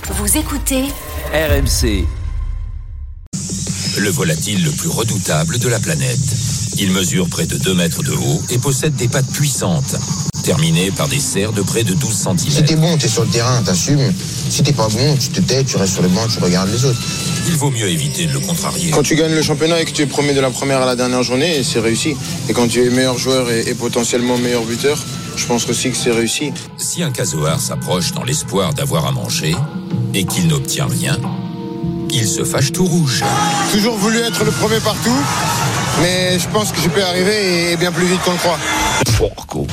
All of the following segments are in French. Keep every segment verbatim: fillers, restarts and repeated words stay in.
Vous écoutez R M C. Le volatile le plus redoutable de la planète. Il mesure près de deux mètres de haut et possède des pattes puissantes, terminées par des serres de près de douze centimètres. Si t'es bon, t'es sur le terrain, t'assumes. Si t'es pas bon, tu te tais, tu restes sur le banc, tu regardes les autres. Il vaut mieux éviter de le contrarier. Quand tu gagnes le championnat et que tu es premier de la première à la dernière journée, c'est réussi. Et quand tu es meilleur joueur et, et potentiellement meilleur buteur, je pense aussi que c'est réussi. Si un casoar s'approche dans l'espoir d'avoir à manger et qu'il n'obtient rien, il se fâche tout rouge. Toujours voulu être le premier partout, mais je pense que je peux arriver et bien plus vite qu'on le croit. Porco.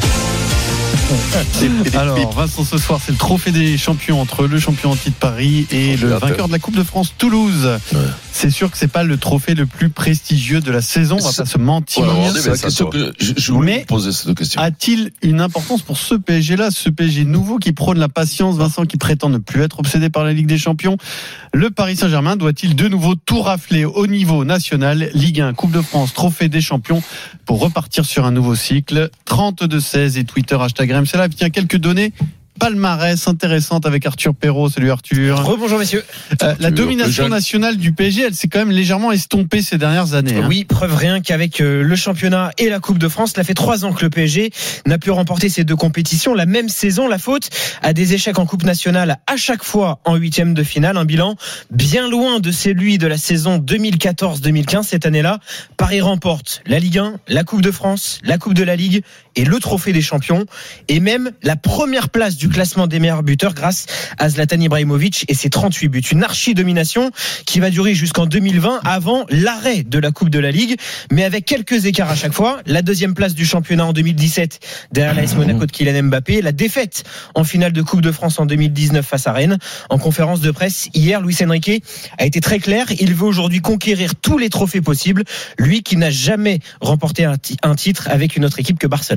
Alors Vincent, ce soir c'est le trophée des champions entre le champion en titre Paris et le vainqueur de la Coupe de France Toulouse. Ouais. C'est sûr que c'est pas le trophée le plus prestigieux de la saison, on va pas se mentir. Ouais, c'est la question que je, je voulais Mais poser cette question. A-t-il une importance pour ce P S G là, ce P S G nouveau qui prône la patience, Vincent, qui prétend ne plus être obsédé par la Ligue des Champions? Le Paris Saint-Germain doit-il de nouveau tout rafler au niveau national, Ligue un, Coupe de France, trophée des champions, pour repartir sur un nouveau cycle? Trente-deux seize et Twitter hashtag R M C Live. Tiens, quelques données palmarès intéressantes avec Arthur Perrault. Salut Arthur. Rebonjour messieurs. Euh, la domination nationale du P S G, elle s'est quand même légèrement estompée ces dernières années. Hein. Oui, preuve rien qu'avec euh, le championnat et la Coupe de France, cela fait trois ans que le P S G n'a pu remporter ces deux compétitions. La même saison, la faute à des échecs en Coupe nationale à chaque fois en huitième de finale. Un bilan bien loin de celui de la saison deux mille quatorze deux mille quinze. Cette année-là, Paris remporte la Ligue un, la Coupe de France, la Coupe de la Ligue et le trophée des champions. Et même la première place du classement des meilleurs buteurs grâce à Zlatan Ibrahimovic et ses trente-huit buts. Une archi-domination qui va durer jusqu'en deux mille vingt avant l'arrêt de la Coupe de la Ligue, mais avec quelques écarts à chaque fois. La deuxième place du championnat en deux mille dix-sept derrière l'A S Monaco de Kylian Mbappé. La défaite en finale de Coupe de France en deux mille dix-neuf face à Rennes. En conférence de presse hier, Luis Enrique a été très clair. Il veut aujourd'hui conquérir tous les trophées possibles. Lui qui n'a jamais remporté un, t- un titre avec une autre équipe que Barcelone.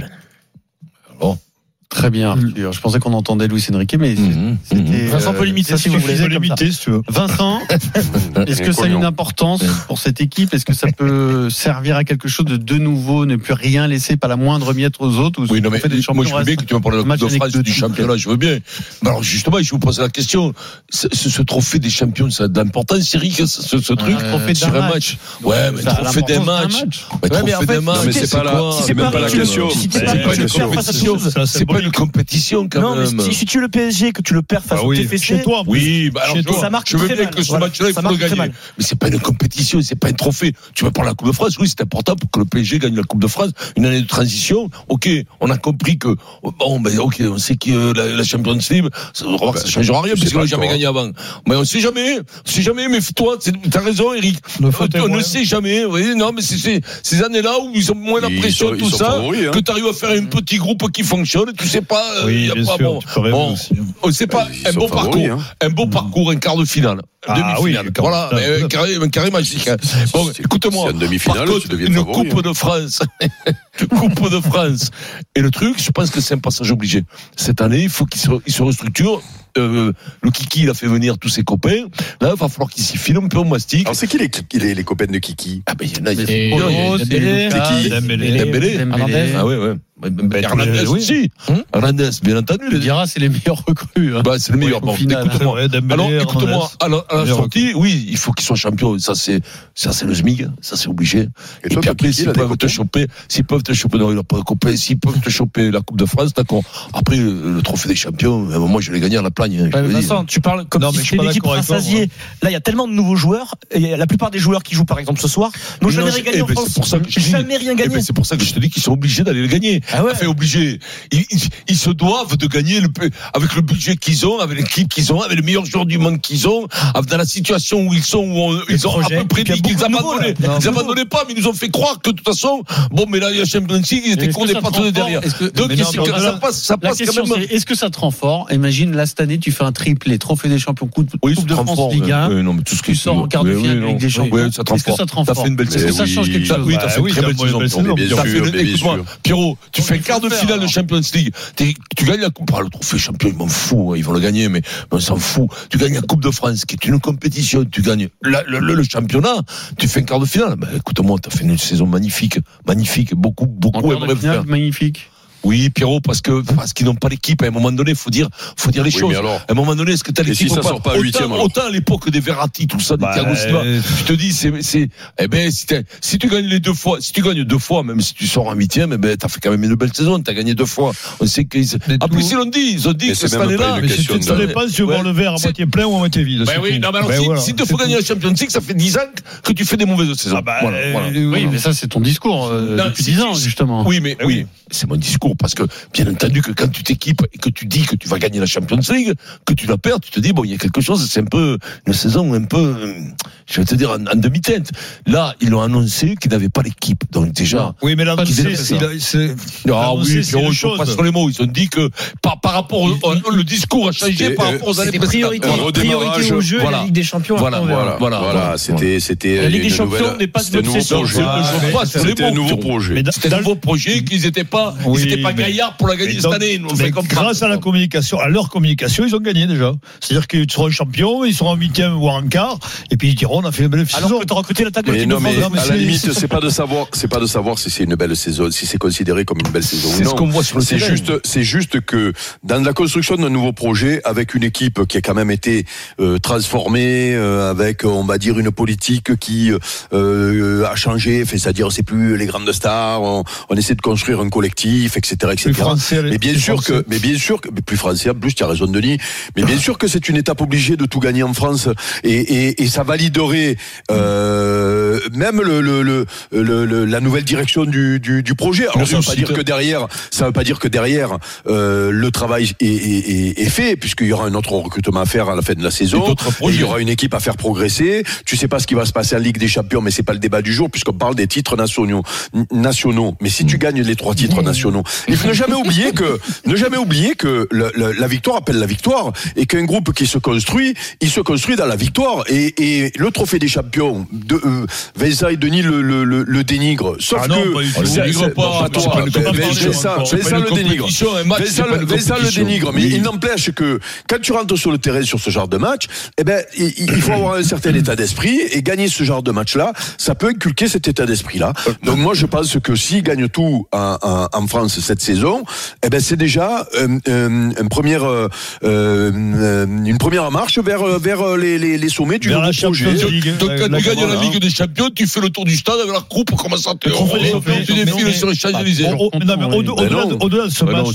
Bon. Très bien, Arthur. Je pensais qu'on entendait Luis Enrique, mais mmh, c'était. Mmh. Vincent peut limiter ça si vous voulez. Limiter, si tu veux. Vincent, est-ce que ça a une importance pour cette équipe? Est-ce que ça peut servir à quelque chose de de nouveau, ne plus rien laisser, pas la moindre miette aux autres? Ou oui, non, mais moi je veux bien que tu me parles de la Coupe de France, du championnat, je veux bien. Mais alors justement, je vous pose la question. Ce, ce trophée des champions, ça a de l'importance, Eric, ce, ce, ce truc euh, sur un match. Ouais, mais trophée d'un match. Mais trophée d'un match. Mais c'est pas la, c'est même pas la question. C'est pas une compétition. C'est pas une compétition quand non, même. Non, mais si, si tu es le P S G, que tu le perds face ah oui. au T F C, chez toi, oui, bah alors je, ça marque je veux bien mal. que ce voilà. match-là, il faut le gagner. Mais c'est pas une compétition, c'est pas un trophée. Tu vas parler de la Coupe de France, oui, c'est important pour que le P S G gagne la Coupe de France, une année de transition. Ok, on a compris que bon, ben ok, on sait que la, la Champions League, ça, bah, ça changera rien parce qu'on n'a jamais gagné avant. Mais on sait jamais, on sait jamais. Mais toi, t'as raison, Eric. On, on ne sait jamais. Oui, non, mais c'est, c'est ces années-là où ils ont moins la pression, tout ça, hein. Que tu arrives à faire un petit groupe qui fonctionne. Tu sais pas. Oui, bien sûr. Bon, bon, c'est pas un beau parcours, hein. un beau parcours, un quart de finale, ah, demi-finale. Oui, voilà, un carré, un carré magique. Bon, écoute-moi. C'est demi-finale, par contre, une favori, coupe hein. de France, coupe de France. Et le truc, je pense que c'est un passage obligé. Cette année, il faut qu'il se, il se restructure. Euh, le Kiki, il a fait venir tous ses copains. Là, il va falloir qu'il s'y file un peu au mastic. Alors, c'est qui les, les, les copains de Kiki? Ah, ben, il y en a, il y a Dembélé. Dembélé. Hernandez. Ah, ouais, ouais. Hernandez aussi. Hernandez, bien entendu. Le Dira, c'est les meilleurs recrues. Hein. Bah, c'est les meilleurs. Bon, écoute-moi. Alors, écoute-moi. À la, à la sortie, oui, il faut qu'ils soient champions. Ça, c'est, ça, c'est le S M I G. Ça, c'est obligé. Et, Et puis après, s'ils peuvent te choper, s'ils peuvent te choper, non, il n'a pas de copains. S'ils peuvent te choper la Coupe de France, d'accord. Après, le trophée des champions, moi, je vais gagner à la plagne. Ouais, Vincent, tu parles comme non, si c'était l'équipe rassasiée. Là, il y a tellement de nouveaux joueurs. Et la plupart des joueurs qui jouent, par exemple, ce soir, n'ont jamais rien gagné en France. C'est pour ça que je jamais rien gagné. C'est pour ça que je te dis qu'ils sont obligés d'aller le gagner. Ah ouais. Enfin, obligés. Ils, ils, ils se doivent de gagner le, avec le budget qu'ils ont, avec l'équipe qu'ils ont, avec les meilleurs joueurs du monde qu'ils ont, dans la situation où ils sont, où on, ils ont projets, à peu près dit qu'ils abandonnaient. Ils abandonnaient pas, mais ils nous ont fait croire que de toute façon, bon, mais là, il y a Champions League, ils étaient cons des pattes derrière. Donc, ça passe, ça passe quand même. Est-ce que ça te rend fort? Imagine, là, cette année, tu fais un triplé, trophée des champions, coupe, oui, coupe de France, fort, Ligue un. Oui, non, mais tout ce qui tu sors en quart de finale avec des champions. Oui, ça te rend fort. Ça te rend fort. T'as fait une belle saison. Est-ce que ça change quelque chose? Oui, t'as fait une très belle saison. Écoute-moi, Pierrot, tu fais un quart de finale de Champions League. Tu gagnes la coupe. Le trophée champion, ils m'en foutent. Ils vont le gagner, mais on s'en fout. Tu gagnes la Coupe de France, qui est une compétition. Tu gagnes le championnat. Tu fais un quart de finale. Écoute-moi, t'as fait une saison magnifique. Magnifique. Beaucoup, beaucoup aimeraient faire. Magnifique. Oui, Pierrot, parce que parce qu'ils n'ont pas l'équipe. À un moment donné, faut dire, faut dire les oui, choses. Mais alors, à un moment donné, est-ce que t'as l'équipe si ou ça pas sort pas à huitième, autant, autant à l'époque des Verratti, tout ça, des bah, Thiago Silva. euh... Je te dis, c'est, c'est, eh ben, si, si tu gagnes les deux fois, si tu gagnes deux fois, même si tu sors en huitième, eh ben, t'as fait quand même une belle saison. T'as gagné deux fois. On sait qu'ils. En plus, ils l'ont dit, ils ont dit que cette année-là. Mais c'est, ça dépend si tu vois le verre à moitié plein ou à moitié vide. Ben oui, non, mais alors, si, voilà, si tu faut gagner la Champions League, ça fait dix ans que tu fais des mauvaises saisons. Ah bah, voilà, euh, voilà. Oui, mais ça, c'est ton discours, euh, non, depuis dix ans, justement. Oui, mais, oui, c'est mon discours, parce que, bien entendu, que quand tu t'équipes et que tu dis que tu vas gagner la Champions League, que tu la perds, tu te dis, bon, il y a quelque chose, c'est un peu, une saison un peu, je vais te dire, en, en demi-teinte. Là, ils l'ont annoncé qu'ils n'avaient pas l'équipe. Donc, déjà. Oui, mais là, c'est, c'est, c'est, ah oui, Pierrot, je ne pas sur les mots. Ils ont dit que, par, par rapport au, au, le discours a changé par rapport aux années précédentes. Priorité au jeu, voilà. la Ligue des Champions. Voilà, voilà, voilà, voilà. C'était, c'était. La Ligue des Champions n'est pas une obsession. C'était un nouveau projet. C'était un nouveau projet qu'ils n'étaient pas, ils n'étaient pas gaillards pour la gagner cette année. Grâce à la communication, à leur communication, ils ont gagné déjà. C'est-à-dire qu'ils seront champions, ils seront en huitième ou en quart, et puis ils diront, on a fait une belle saison. Alors que tu as recruté l'attaque de l'équipe de France. Mais à la limite, c'est pas de savoir, c'est pas de savoir si c'est une belle saison, si c'est considéré comme une belle saison ou non. C'est ce qu'on voit sur le terrain. C'est juste, c'est juste que dans la construction d'un nouveau projet, avec une équipe qui a quand même été euh, transformée, euh, avec, on va dire, une politique qui euh, a changé, fait, c'est-à-dire c'est plus les grandes stars, on, on essaie de construire un collectif, et cetera, et cetera. Français, mais bien sûr français. que, mais bien sûr que, mais plus français, en plus, tu as raison, Denis, mais bien sûr que c'est une étape obligée de tout gagner en France, et, et, et ça validerait euh, même le, le, le, le, le, la nouvelle direction du, du, du projet. Alors, ça veut pas dire que derrière, ça veut pas dire que derrière euh, le travail est, est, est fait, puisqu'il y aura un autre recrutement à faire à la fin de la saison. Et il y aura une équipe à faire progresser. Tu sais pas ce qui va se passer en Ligue des Champions, mais c'est pas le débat du jour, puisqu'on parle des titres nationaux. nationaux. Mais si tu gagnes les trois titres nationaux, il faut ne jamais oublier que, ne jamais oublier que le, le, la victoire appelle la victoire, et qu'un groupe qui se construit, il se construit dans la victoire. Et, et le trophée des champions, de, euh, Vincent et Denis le, le, le, le dénigre. Sauf ah non, que, pas c'est, c'est, c'est, pas toi. Vincent, Vincent le dénigre. Vincent le dénigre. Mais il n'empêche que, quand tu rentres sur le terrain sur ce genre de match, eh ben, il, il faut avoir un certain état d'esprit, et gagner ce genre de match-là, ça peut inculquer cet état d'esprit-là. Donc moi, je pense que s'ils gagnent tout en, en, en France cette saison, eh ben, c'est déjà euh, euh, une première, euh, euh, une première marche vers, vers les, les, les sommets du nouveau projet. Donc, quand tu gagnes la Ligue des Champions, tu fais le tour du stade avec la coupe, comment ça te tu défiles sur les Champs-Élysées. Au-delà de ce match,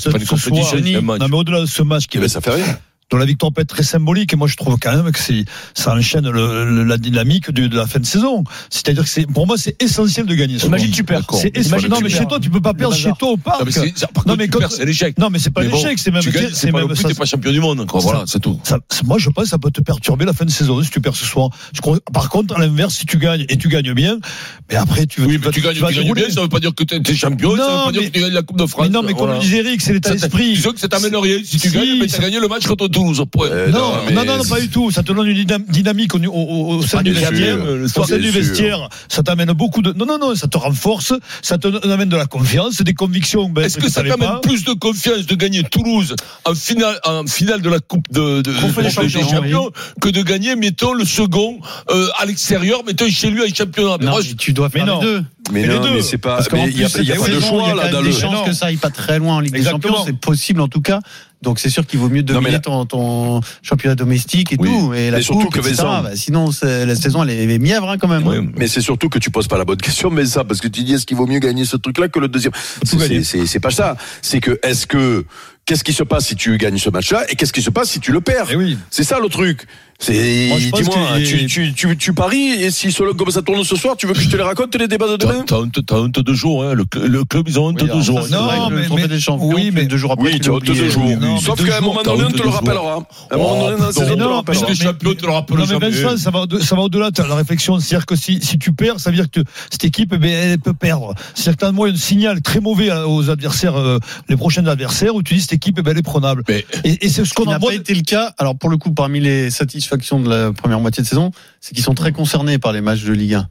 non, mais au-delà de ce match qui ça fait rien. dont la victoire peut être très symbolique, et moi je trouve quand même que c'est, ça enchaîne le, le, la dynamique de, de la fin de saison. C'est-à-dire que c'est, pour moi, c'est essentiel de gagner. Imagine tu perds. C'est essentiel. Non, mais chez toi, tu peux pas perdre chez toi au parc. Non, mais c'est, par non, mais quand, c'est l'échec. Non, mais c'est pas l'échec, c'est même, tu gagnes, c'est, c'est pas, même, plus, t'es pas champion du monde, quoi. Voilà, c'est tout. Ça, moi, je pense que ça peut te perturber la fin de saison si tu perds ce soir. Je crois, par contre, à l'inverse, si tu gagnes et tu gagnes bien, mais après, tu veux, oui, mais tu gagnes, tu gagnes bien, ça veut pas dire que t'es champion, ça veut pas dire que tu gagnes la Coupe de France. Non, mais comme le disait Eric, c'est l'état d'esprit. Tu sais que ça t'amène rien. Si tu gagnes, mais t'as gagné le match contre Toulouse, point. Non, non, non, non, pas du tout. Ça te donne une dynamique au, au, au sein du vestiaire. Au sein du vestiaire, ça t'amène beaucoup de. Non, non, non, ça te renforce, ça te amène de la confiance, des convictions. Ben, est-ce que, que ça t'amène pas plus de confiance de gagner Toulouse en finale, en finale de la Coupe de, de, de des Champions, champions oui. que de gagner, mettons, le second euh, à l'extérieur, mettons chez lui un championnat. Non, mais tu dois faire mais les deux. Mais mais non, deux. mais c'est pas. Il y a, y a pas de choix là dans le. Il y a des chances que ça aille pas très loin en Ligue des Champions, c'est possible en tout cas. Donc c'est sûr qu'il vaut mieux dominer la... ton, ton championnat domestique et oui. tout, et la mais surtout coupe, que Vincent... bah, sinon la saison elle est mièvre hein, quand même. Oui, mais c'est surtout que tu poses pas la bonne question, mais ça parce que tu dis est-ce qu'il vaut mieux gagner ce truc-là que le deuxième. C'est, c'est, c'est, c'est pas ça. C'est que est-ce que qu'est-ce qui se passe si tu gagnes ce match-là et qu'est-ce qui se passe si tu le perds. Oui. C'est ça le truc. C'est, moi, dis-moi, tu, tu, tu, tu paries et si comme ça tourne ce soir, tu veux que je te les raconte les débats de demain? T'as honte, t'as honte de jour, hein. Le, le club ils ont honte oui, de jour. Non, mais, mais des champions, oui, mais deux jours après. Oui, tu as honte de jour. Sauf qu'à un moment donné, on te le rappellera. À un moment donné, dans la saison, on te le rappellera. Les champions te le rappellera jamais. Mais ça va, ça va au-delà de la réflexion. C'est-à-dire que si, si tu perds, ça veut dire que cette équipe, eh elle peut perdre. C'est-à-dire que moi un signal très mauvais aux adversaires, les prochains adversaires, où tu dis cette équipe, elle est prenable. Et c'est ce qu'on n'a pas été le cas. Alors pour le coup, parmi les satisfactions de la première moitié de saison, c'est qu'ils sont très concernés par les matchs de Ligue un.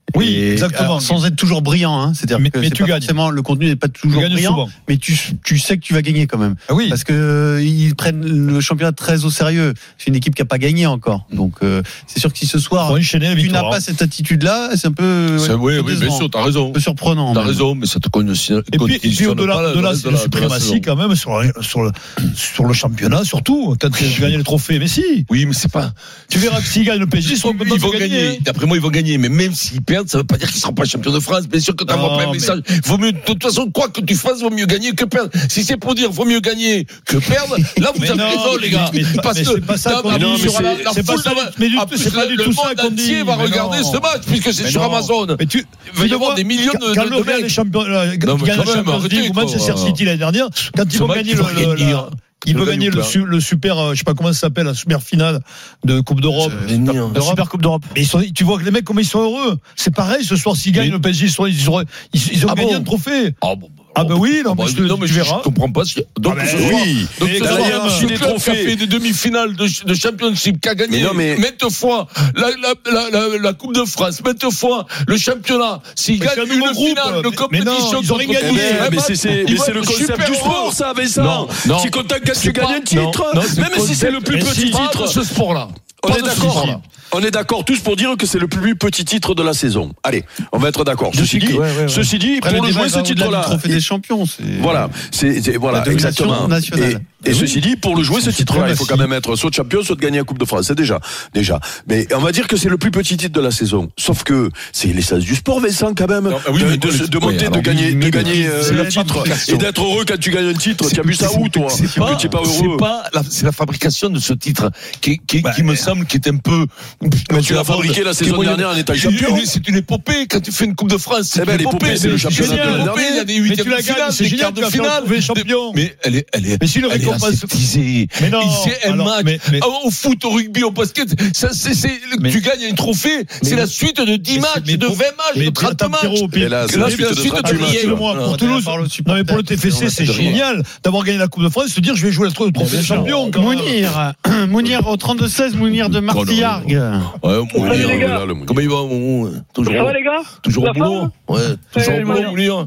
Oui, et, exactement. Alors, sans être toujours brillant, hein. C'est-à-dire mais, que mais c'est tu pas gagnes. forcément le contenu n'est pas toujours brillant, souvent. mais tu tu sais que tu vas gagner quand même. Ah oui. Parce que euh, ils prennent le championnat très au sérieux. C'est une équipe qui a pas gagné encore, donc euh, c'est sûr que si ce soir enchaîner, tu n'as pas cette attitude-là, c'est un peu. C'est, ouais, oui, oui, bien sûr, t'as raison. Un peu surprenant. T'as même. raison, mais ça te conditionne. Et puis, et puis au-delà de la, de la suprématie quand même sur, la, sur, le, sur le championnat, surtout quand tu gagnes le trophée. Mais si. Oui, mais c'est pas. Tu verras que s'ils gagnent le P S G, ils seront ils vont gagner. D'après moi, ils vont gagner. Mais même s'ils perdent, ça veut pas dire qu'ils seront pas champions de France. Bien sûr que t'envoies plein de messages. Vaut mieux, de toute façon, quoi que tu fasses, vaut mieux gagner que perdre. Si c'est pour dire vaut mieux gagner que perdre, là vous avez raison, les gars. Parce que c'est pas ça qu'on dit. C'est pas ça. Mais c'est pas du tout ça qu'on dit. Le monde entier va regarder ce match puisque c'est sur Amazon. Mais tu, il va y avoir des millions de, quand de, le Real est champion, euh, non, gagne la Champions League ou Manchester City l'année dernière, quand ils vont gagner le, le, le la, il veut gagner le, su, le super, euh, je sais pas comment ça s'appelle, la super finale de Coupe d'Europe, la Super Coupe d'Europe. Mais ils sont, tu vois que les mecs comment ils sont heureux. C'est pareil ce soir s'ils gagnent le P S G, ils, sont, ils, auront, ils, ils ont ah gagné bon un trophée. Ah bon. Ah ben oui, non, ah bah, mais, je, non, mais tu je, verras. je comprends pas. Donc ah ben, ce soir, oui. donc ce soir, il le club qui a fait des demi-finales de, de Championship, qui a gagné mais mais... maintes fois la, la, la, la, la Coupe de France, maintes fois le championnat. S'ils gagnent une groupe, finale de compétition, ils ont rien gagné. Mais c'est, c'est, mais c'est le concept du sport, ça, Vincent. Tu es content quand tu gagnes un titre, même si c'est le plus petit titre. Ce sport-là. On est d'accord. On est d'accord tous pour dire que c'est le plus petit titre de la saison. Allez, on va être d'accord. Ceci dit, ouais, ouais, ouais. ceci dit, pour le jouer ce titre-là, trophée des champions, c'est voilà, c'est, c'est voilà exactement. Nationale. Et, et oui. Ceci dit, pour le jouer ce titre-là, il faut quand même être soit champion, soit de gagner la Coupe de France. C'est déjà, déjà. Mais on va dire que c'est le plus petit titre de la saison. Sauf que c'est l'essence du sport, Vincent, quand même, non, oui, de, de, de, de monter, oui, de gagner, de gagner euh, le titre et d'être heureux quand tu gagnes un titre. Tu as vu ça où, toi? C'est pas, pas heureux. C'est pas, la, c'est la fabrication de ce titre qui, qui, bah, qui me semble qui est un peu. Mais tu l'as fabriqué la saison dernière en étant champion. C'est une épopée quand tu fais une Coupe de France. C'est une épopée, c'est le championnat de l'année dernière. Il y a des huitièmes de finale, des quarts de finale. Mais elle est, elle est, mais si le récompense. Mais non. C'est un match. Au foot, au rugby, au basket, ça, c'est, c'est, tu gagnes un trophée. C'est la suite de dix matchs, de vingt matchs, de trente matchs. Et là, c'est la suite de trente matchs. Pour Toulouse. Non, mais pour le T F C, c'est génial d'avoir gagné la Coupe de France, se dire je vais jouer le trophée de champion. Mounir, Mounir au trente-deux seize, Mounir de Martillargues. Ouais, Mounir. Comment il va, toujours? Ça va, les gars? Toujours au boulot? Ouais. Toujours au boulot, Mounir.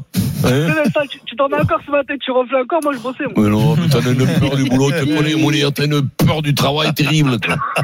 Tu t'en as encore ce matin, tu refais encore, moi je bossais. Mais non, mais t'as une peur du boulot, tu connais, Mounir, t'as une peur du travail terrible.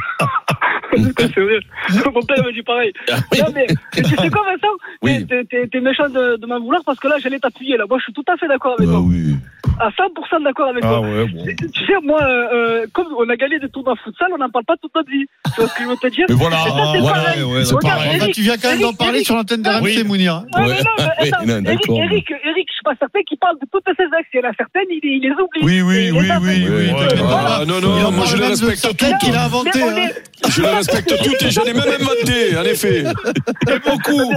C'est vrai. Mon père m'a dit pareil. Non, mais tu sais quoi, Vincent? Oui. T'es, t'es, t'es méchant de, de m'en vouloir parce que là, j'allais t'appuyer. Là. Moi, je suis tout à fait d'accord avec bah toi. Oui. À cent pour cent d'accord avec ah toi. Ouais, bon. Tu sais, moi, euh, comme on a gagné des tournois futsal, on n'en parle pas toute notre vie. Tu vois ce que je veux te dire? Mais voilà, ça, c'est voilà, pareil. Ouais, c'est Regarde, pareil. Eric, tu viens quand même Eric, d'en parler Eric, sur l'antenne de R M C, oui. Mounir. Ah, ouais. non, mais, attends, non, Eric, Eric, Eric, je suis pas certain qu'il parle de toutes ces actes. Il y en a certaines, il, il les oublie. Oui, oui, oui, oui, oui. Ah, non, non, moi je les respecte toutes. Qu'il a inventé. Je les respecte toutes et j'en ai même inventé, en effet. Et beaucoup.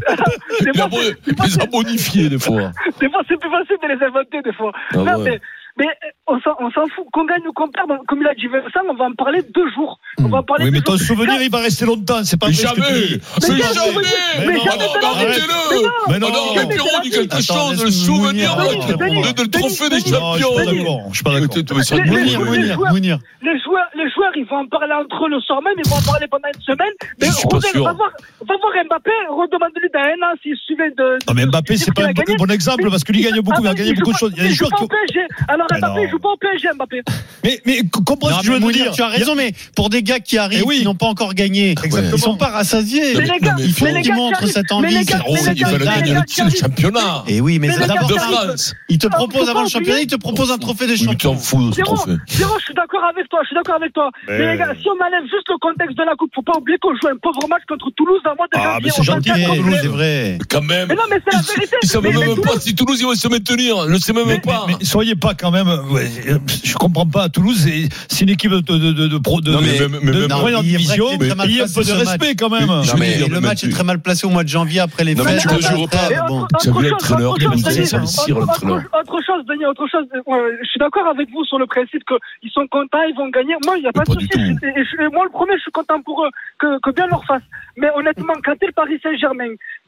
Il les a bonifiés des fois. Des fois, c'est plus facile de les inventer, des fois. Ah non, ouais. mais, mais on s'en, on s'en fout. Qu'on gagne ou qu'on perde, comme il a dit Vincent, on va en parler deux jours. On va en parler oui, deux mais ton jours. souvenir, il va rester longtemps. C'est pas mais vrai. Jamais. Mais jamais. Mais non, jamais. non, arrêtez-le. Mais non. Mais Pierrot dit quelque chose. Le souvenir de trophée des champions. Je suis pas d'accord. Mounir, Mounir, Mounir. Les joueurs, les joueurs, ils vont en parler entre eux le soir même. Ils vont en parler pendant une semaine. Mais on va voir, on va voir Mbappé. Redemande-lui dans un an s'il suivait de. Non, mais Mbappé, c'est pas un bon exemple parce que lui gagne beaucoup. Il a gagné beaucoup de choses. Il y a des joueurs qui. Alors Mbappé joue pas au P S G, Mbappé. Mais, mais, comprends ce que je veux te dire. Tu as raison, mais pour des gars qui arrivent, qui n'ont pas encore gagné, ils sont pas rassasiés. Il faut qu'ils montrent cette envie. Ils veulent gagner le championnat. Et oui, mais d'abord, de France. Ils te proposent avant le championnat, ils te proposent un trophée des champions. Tu t'en fous de ce trophée. Zéro, je suis d'accord avec toi, je suis d'accord avec toi. Mais les gars, si on enlève juste le contexte de la coupe, faut pas oublier qu'on joue un pauvre match contre Toulouse dans le mois de janvier. Ah, mais c'est gentil, Toulouse, c'est vrai. Quand même. Mais non, mais c'est la vérité. Ils savent même pas si Toulouse, ils vont se maintenir. Ne sait même pas. Mais soyez pas quand même, je comprends pas, Toulouse, c'est une équipe de, de, de, de pro, de, non, mais, de, mais, mais, de moyenne division, mais il y a un peu de respect quand même. Non, mais le match est très mal placé au mois de janvier après les fêtes. Tu ne joueras pas. Ça veut l'entraîneur, il a ça le cire, l'entraîneur. Autre chose, Denis, autre chose. Je suis d'accord avec vous sur le principe qu'ils sont contents, ils vont gagner. Moi, il n'y a pas de souci. Moi, le premier, je suis content pour eux, que bien leur fasse. Mais honnêtement, quand t'es le Paris Saint-Germain,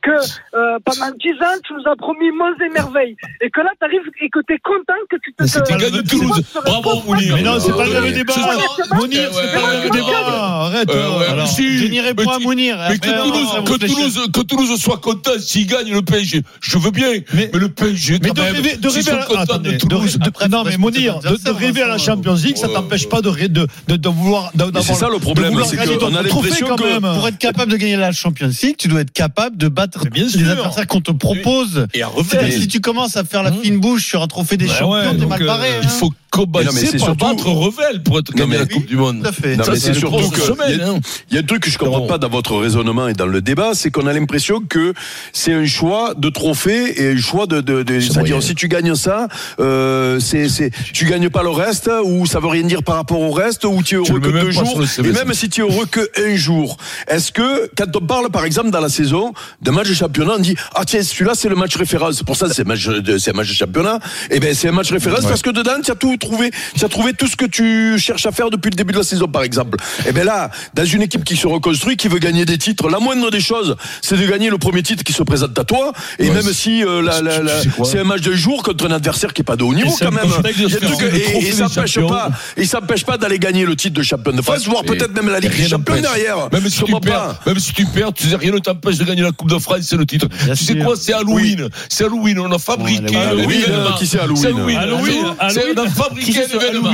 que euh, pendant dix ans, tu nous as promis monts et merveilles. Et que là, tu arrives et que tu es content que tu te... C'était gagné de Toulouse. Bravo, Mounir. Mais non, c'est pas le même débat. Mounir, c'est pas le même débat. Arrête. Je n'irai pas à Mounir. Mais que Toulouse, que Toulouse soit content s'il gagne le P S G. Je veux bien. Mais le P S G, quand même, s'ils sont contents de Toulouse. Non, mais Mounir, de rêver à la Champions League, ça t'empêche pas de vouloir... C'est ça le problème, c'est qu'on a l'impression que... Pour être capable de gagner la Champions League, tu dois être capable de battre les adversaires qu'on te propose. Et à refaire. Si tu commences à faire la fine bouche sur un trophée des champions, t'es mal barré. Il faut commencer par battre Revel pour être gagné la Coupe du Monde. Tout à fait. Non, mais c'est surtout que il y a un truc que je comprends pas dans votre raisonnement et dans le débat, c'est qu'on a l'impression que c'est un choix de trophée et un choix de, de, de c'est-à-dire si tu gagnes ça, euh, c'est, c'est, tu gagnes pas le reste, ou ça veut rien dire par rapport au reste, ou tu es heureux que deux jours, et même si tu es heureux que un jour. Est-ce que, quand on parle, par exemple, dans la saison, d'un match de championnat, on dit, ah tiens, celui-là, c'est le match référence. Pour ça, c'est un match de, c'est un match de championnat. Eh ben, c'est un match référence ouais. parce que dedans, tu as tout trouvé, tu as trouvé tout ce que tu cherches à faire depuis le début de la saison, par exemple. Eh ben là, dans une équipe qui se reconstruit, qui veut gagner des titres, la moindre des choses, c'est de gagner le premier titre qui se présente à toi. Et ouais, même si, euh, la, la, la, c'est un match de jour contre un adversaire qui est pas de haut niveau, quand même. Il y a truc, et, et ça n'empêche pas, et ça n'empêche pas d'aller gagner le titre de champion de France, voire peut-être même la Ligue des Champions derrière. Même si tu perds, même si tu perds, tu sais, rien ne t'empêche de gagner la Coupe de France, c'est le titre. Bien tu sais sûr. Quoi, c'est Halloween. Oui. C'est Halloween, on a fabriqué un événement. Qui c'est Halloween? Halloween. Halloween. C'est, on a fabriqué un événement.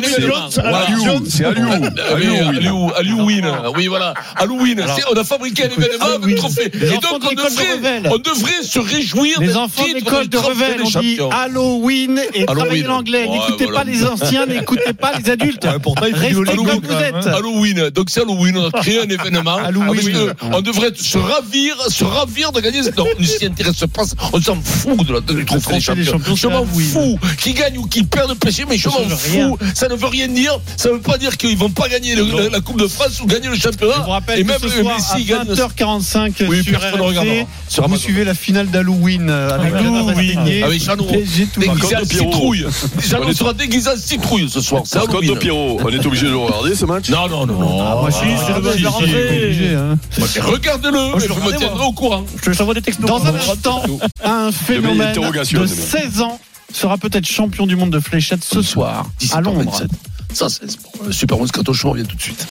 C'est Halloween. Halloween. Oui, voilà. Halloween. On a fabriqué un événement avec trophée. Et donc, on devrait, on devrait se réjouir. Les enfants de l'école de Revel ont dit Halloween et travaillez l'anglais. N'écoutez pas les anciens, n'écoutez pas les adultes. Pourtant, il faut Halloween. Halloween. Donc, c'est Halloween. On a créé un événement. On devrait se ravir, se ravir de gagner. Non, on ne s'y intéresse pas. On s'en fout de la, du trophée des champions. Je m'en fous. Qui gagne ou qui perd le P S G, mais je m'en fous. Ça ne veut rien dire. Ça ne veut pas dire qu'ils vont pas gagner le, la, la Coupe de France ou gagner le championnat. Je vous rappelle et que même ce soir, Messi à vingt heures quarante-cinq oui, sur R M C, vous suivez la finale d'Halloween avec Halloween. Avec Jeannot. Déguisé en citrouille. Jeannot sera déguisé en citrouille ce soir. C'est Halloween. Contre Pierrot, on est obligé de le regarder ce match? Non, non, non. Moi, si, c'est le obligé. Regarde-le, je me tiendrai au courant. Je t'envoie des textos. Dans un instant, un phénomène de seize ans sera peut-être champion du monde de fléchettes ce soir à Londres. Ça, c'est Super Moscato Show, on revient tout de suite.